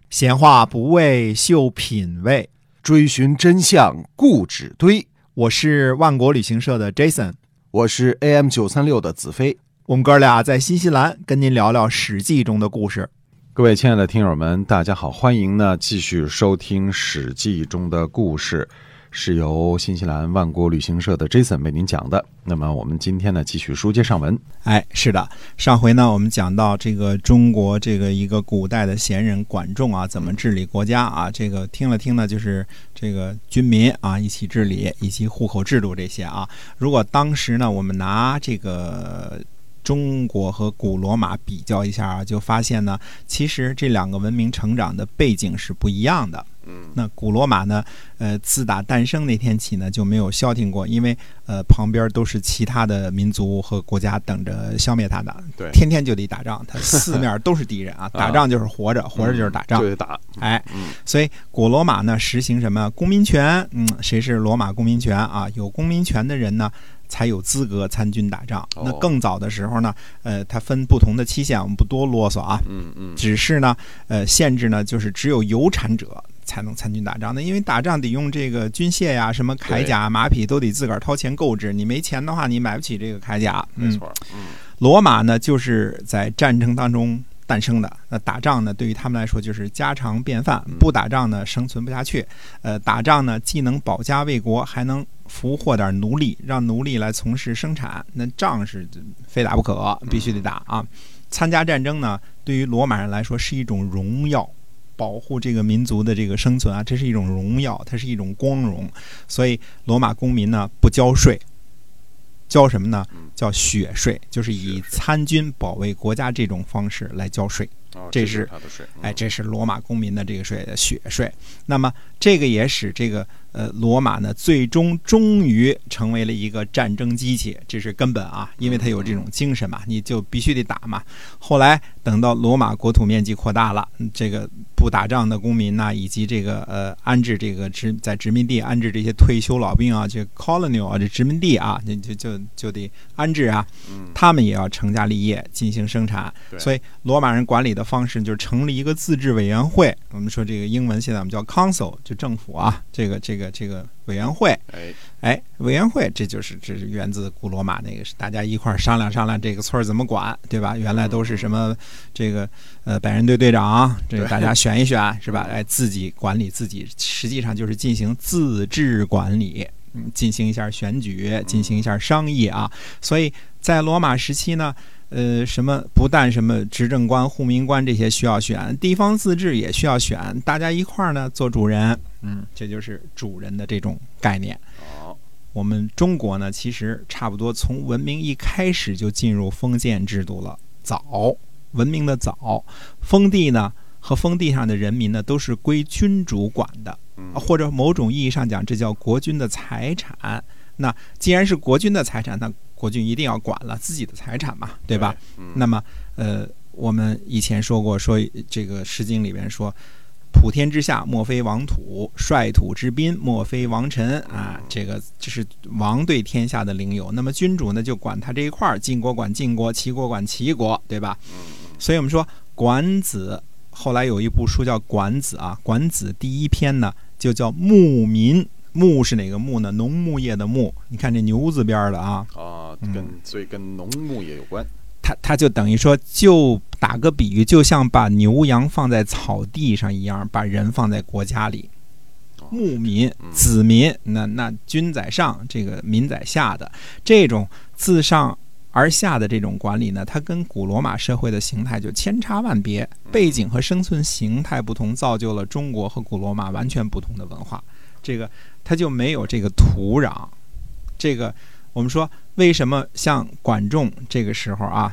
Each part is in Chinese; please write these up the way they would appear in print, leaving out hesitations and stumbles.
闲话不为秀品味， 追寻真相固执堆。 我是万国旅行社的 Jason， 我是 AM936 的子飞。 我们哥俩在新西兰跟您聊聊史记中的故事。 各位亲爱的听友们，大家好，欢迎呢继续收听史记中的故事，是由新西兰万国旅行社的 Jason 为您讲的。那么我们今天呢继续书接上文。 是的，上回呢我们讲到这个中国这个一个古代的贤人管仲啊，怎么治理国家啊，这个听了听呢，就是这个军民啊一起治理，以及户口制度这些啊。如果当时呢我们拿这个中国和古罗马比较一下啊，就发现呢，其实这两个文明成长的背景是不一样的。那古罗马呢，自打诞生那天起呢就没有消停过，因为旁边都是其他的民族和国家等着消灭他的， 对， 天天就得打仗，他四面都是敌人啊，打仗就是活着，活着就是打仗， 就得打。 所以古罗马呢实行什么公民权？谁是罗马公民权啊？有公民权的人呢，才有资格参军打仗。那更早的时候呢，它分不同的期限，我们不多啰嗦啊。只是呢，限制呢，就是只有有产者才能参军打仗。那因为打仗得用这个军械呀，什么铠甲、马匹都得自个儿掏钱购置，你没钱的话，你买不起这个铠甲。 没错。 罗马呢，就是在战争当中诞生的。那打仗呢，对于他们来说就是家常便饭，不打仗呢生存不下去。打仗呢，既能保家卫国，还能俘获点奴隶，让奴隶来从事生产。那仗是非打不可，必须得打啊！参加战争呢，对于罗马人来说是一种荣耀，保护这个民族的这个生存啊，这是一种荣耀，它是一种光荣。所以罗马公民呢不交税，交什么呢？叫血税，就是以参军保卫国家这种方式来交税。这是他的税。 这是罗马公民的这个税，血税。那么这个也使这个罗马呢最终于成为了一个战争机器，这是根本啊，因为它有这种精神嘛，你就必须得打嘛。后来等到罗马国土面积扩大了，这个不打仗的公民呢，以及这个安置这个在殖民地安置这些退休老兵啊，这 colonial 啊，这殖民地啊，就得安置啊，他们也要成家立业进行生产。所以罗马人管理的方式就是成立一个自治委员会，我们说这个英文现在我们叫 council， 就政府啊，这个委员会。委员会这是源自古罗马那个，是大家一块商量这个村怎么管，对吧？原来都是什么这个百人队队长，这个大家选一选是吧？自己管理自己，实际上就是进行自治管理，进行一下选举，进行一下商议啊。所以在罗马时期呢，什么不但什么执政官、护民官这些需要选，地方自治也需要选，大家一块儿呢做主人，这就是主人的这种概念。我们中国呢，其实差不多从文明一开始就进入封建制度了，文明的早，封地呢和封地上的人民呢都是归君主管的，或者某种意义上讲，这叫国君的财产。那既然是国君的财产，那国君一定要管了自己的财产嘛，对吧？那么我们以前说过，说这个《诗经》里边说，普天之下莫非王土，率土之滨莫非王臣啊，这是王对天下的领有。那么君主呢就管他这一块，晋国管晋国，齐国管齐国，对吧？所以我们说管子后来有一部书叫《管子》啊，《管子》第一篇呢就叫牧民。牧是哪个牧呢？农牧业的牧，你看这牛字边的啊。 所以跟农牧业有关。 他就等于说，就打个比喻，就像把牛羊放在草地上一样，把人放在国家里。牧民、子民，那君在上，这个民在下的这种自上而下的这种管理呢，它跟古罗马社会的形态就千差万别，背景和生存形态不同，造就了中国和古罗马完全不同的文化。这个它就没有这个土壤。这个我们说为什么像管仲这个时候啊，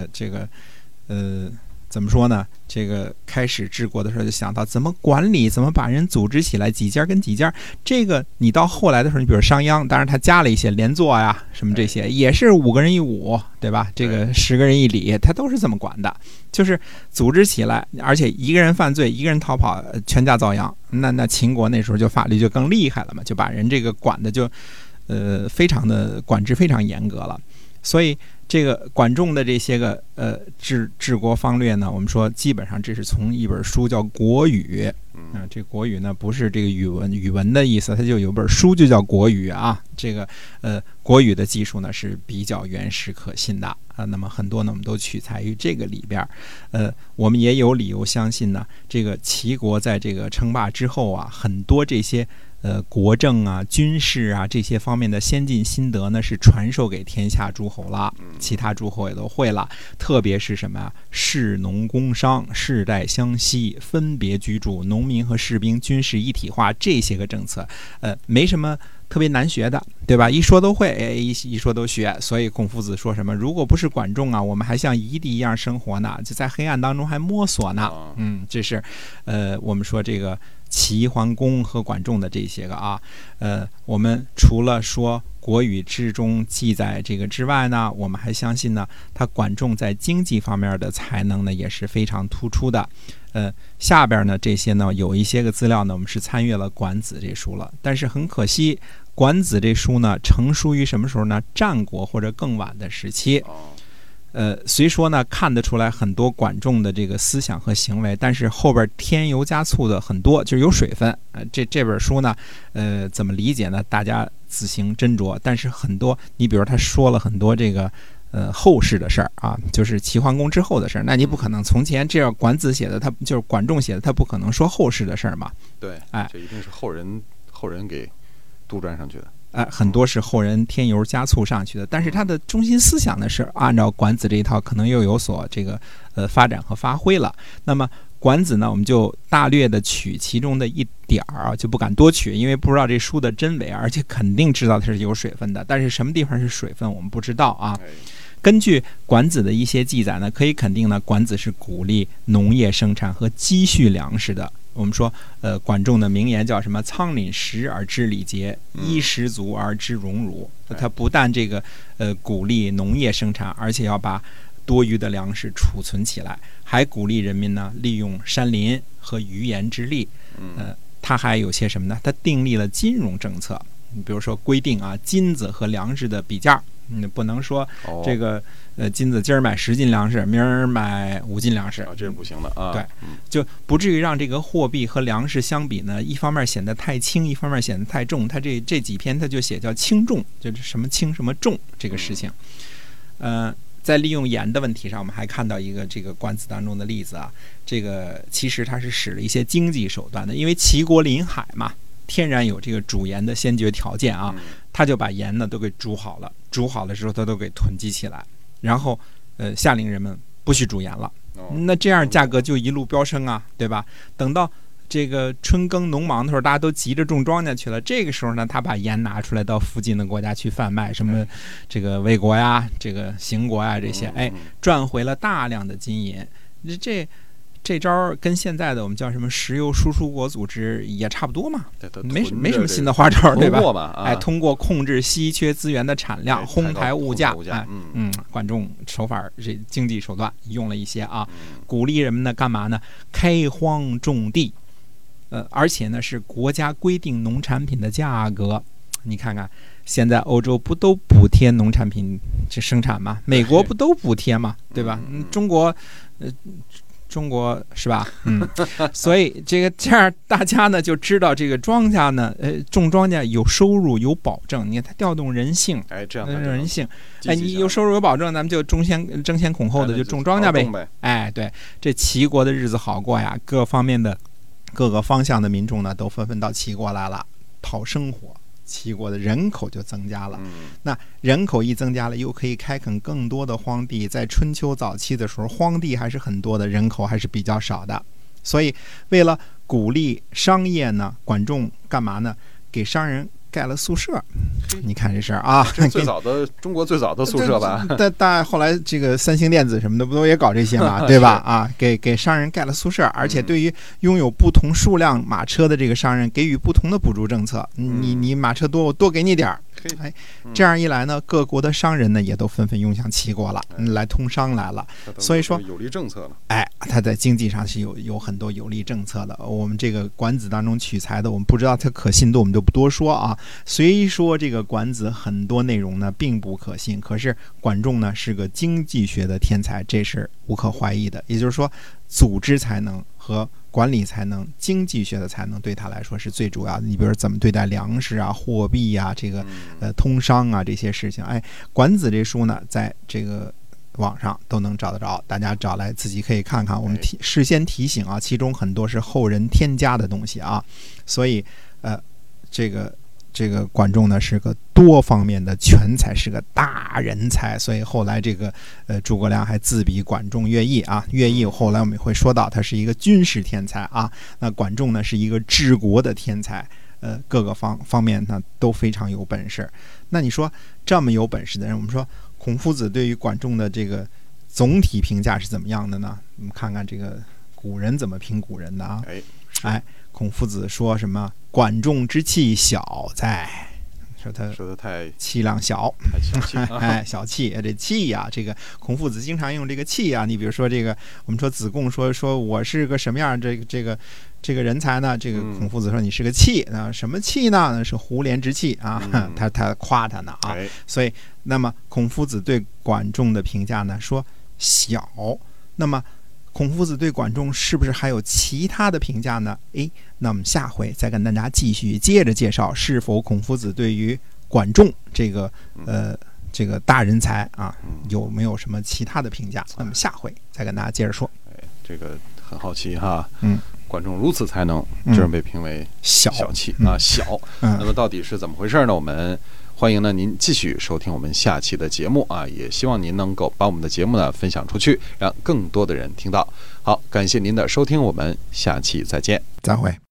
怎么说呢？这个开始治国的时候就想到怎么管理，怎么把人组织起来，几家跟几家。这个你到后来的时候，你比如商鞅，当然他加了一些连坐呀，什么这些，也是5个人一伍，对吧？这个10个人一里，他都是这么管的，就是组织起来，而且一个人犯罪，一个人逃跑，全家遭殃。那秦国那时候就法律就更厉害了嘛，就把人这个管的就非常的管制非常严格了。 所以这个管仲的这些个治国方略呢，我们说基本上这是从一本书叫《国语》。这《国语》呢不是这个语文的意思，它就有本书就叫《国语》啊。这个《国语》的技术呢是比较原始可信的啊。那么很多呢我们都取材于这个里边。我们也有理由相信呢，这个齐国在这个称霸之后啊，很多这些国政啊、军事啊这些方面的先进心得呢，是传授给天下诸侯了，其他诸侯也都会了。特别是什么啊，士农工商世代相息，分别居住，农民和士兵军事一体化这些个政策，没什么特别难学的，对吧？一说都会，一说都学。所以孔夫子说什么？如果不是管仲啊，我们还像夷狄一样生活呢，就在黑暗当中还摸索呢。这是我们说这个齐桓公和管仲的这些个啊，我们除了说国语之中记载这个之外呢，我们还相信呢，他管仲在经济方面的才能呢也是非常突出的。下边呢这些呢有一些个资料呢，我们是参阅了《管子》这书了，但是很可惜，《管子》这书呢成书于什么时候呢？战国或者更晚的时期。虽说呢看得出来很多管仲的这个思想和行为，但是后边添油加醋的很多，就是有水分。这本书呢，怎么理解呢？大家自行斟酌。但是很多，你比如他说了很多这个后世的事儿啊，就是齐桓公之后的事儿。那你不可能从前这样管子写的，他就是管仲写的，他不可能说后世的事儿嘛。 对，这一定是后人给杜撰上去的。 很多是后人添油加醋上去的，但是他的中心思想呢是按照管子这一套，可能又有所这个发展和发挥了。那么管子呢，我们就大略的取其中的一点儿，就不敢多取，因为不知道这书的真伪，而且肯定知道它是有水分的，但是什么地方是水分我们不知道啊。根据管子的一些记载呢，可以肯定呢，管子是鼓励农业生产和积蓄粮食的。我们说，管仲的名言叫什么？仓廪实而知礼节，衣食足而知荣辱。他不但这个鼓励农业生产，而且要把多余的粮食储存起来，还鼓励人民呢利用山林和渔盐之力。他还有些什么呢？他订立了金融政策，比如说规定啊金子和粮食的比价。不能说这个金子今儿买10斤粮食，明儿买5斤粮食， 这是不行的啊。 对，就不至于让这个货币和粮食相比呢，一方面显得太轻，一方面显得太重。他这几篇他就写叫轻重，就是什么轻什么重这个事情。在利用盐的问题上，我们还看到一个这个管子当中的例子啊。这个其实他是使了一些经济手段的，因为齐国临海嘛，天然有这个煮盐的先决条件啊。他就把盐呢都给煮好了，煮好了之后他都给囤积起来，然后下令人们不许煮盐了。那这样价格就一路飙升啊，对吧？等到这个春耕农忙的时候，大家都急着种庄稼去了，这个时候呢，他把盐拿出来到附近的国家去贩卖，什么这个魏国呀、这个邢国呀这些，赚回了大量的金银。这招跟现在的我们叫什么石油输出国组织也差不多嘛，没什么新的花招，对吧？通过控制稀缺资源的产量，哄抬物价，管仲手法这经济手段用了一些啊，鼓励人们呢干嘛呢？开荒种地，而且呢是国家规定农产品的价格。你看看，现在欧洲不都补贴农产品这生产吗？美国不都补贴吗？对吧？中国是吧？所以这样大家呢就知道这个庄稼呢，种庄稼有收入有保证。你看它调动人性， 这样人性，你有收入有保证，咱们就争先恐后的就种庄稼呗。对，这齐国的日子好过呀，各个方向的民众呢都纷纷到齐国来了，讨生活。齐国的人口就增加了，那人口一增加了，又可以开垦更多的荒地。在春秋早期的时候，荒地还是很多的，人口还是比较少的。所以为了鼓励商业呢，管仲干嘛呢？给商人盖了宿舍。你看这事儿啊， 中国最早的宿舍吧。 但后来这个三星电子什么的不都也搞这些嘛，对吧？啊，给商人盖了宿舍，而且对于拥有不同数量马车的这个商人给予不同的补助政策。你马车多，我多给你点儿， 这样一来呢，各国的商人呢也都纷纷涌向齐国了，来通商来了。所以说有利政策了。 他在经济上是有很多有利政策的。我们这个管子当中取材的，我们不知道它可信度，我们就不多说啊。虽说这个管子很多内容呢并不可信，可是管仲呢是个经济学的天才，这是无可怀疑的。也就是说，组织才能和管理才能、经济学的才能对他来说是最主要的。你比如怎么对待粮食啊、货币啊、这个通商啊这些事情。管子这书呢，在这个网上都能找得着，大家找来自己可以看看。我们事先提醒啊，其中很多是后人添加的东西啊，所以这个管仲呢是个多方面的全才，是个大人才，所以后来这个诸葛亮还自比管仲、乐毅啊。乐毅后来我们也会说到，他是一个军事天才啊。那管仲呢是一个治国的天才，各个方面呢都非常有本事。那你说这么有本事的人，我们说孔夫子对于管仲的这个总体评价是怎么样的呢？我们看看这个古人怎么评古人的啊。孔夫子说什么？管仲之气小哉，说他太气量小， 太小气小气。这气呀，这个孔夫子经常用这个气呀。你比如说这个，我们说子贡说我是个什么样这个人才呢？这个孔夫子说你是个气，那什么气呢？那是胡连之气啊，他夸他呢啊。所以，那么孔夫子对管仲的评价呢，说小。那么孔夫子对管仲是不是还有其他的评价呢？那我们下回再跟大家继续接着介绍，是否孔夫子对于管仲这个大人才啊，有没有什么其他的评价？那么下回再跟大家接着说。 这个很好奇哈。管仲如此才能，居然被评为小气啊，小。那么到底是怎么回事呢？我们欢迎呢您继续收听我们下期的节目啊，也希望您能够把我们的节目呢分享出去，让更多的人听到。好，感谢您的收听，我们下期再见， 再会。